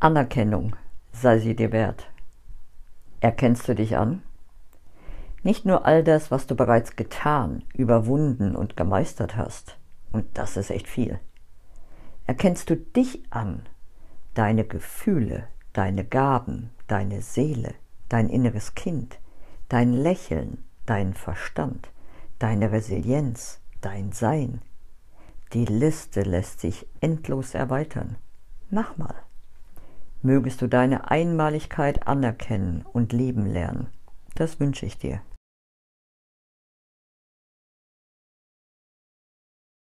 Anerkennung sei sie dir wert. Erkennst du dich an? Nicht nur all das, was du bereits getan, überwunden und gemeistert hast, und das ist echt viel. Erkennst du dich an, deine Gefühle, deine Gaben, deine Seele, dein inneres Kind, dein Lächeln, dein Verstand, deine Resilienz, dein Sein? Die Liste lässt sich endlos erweitern. Mach mal. Mögest du deine Einmaligkeit anerkennen und lieben lernen. Das wünsche ich dir.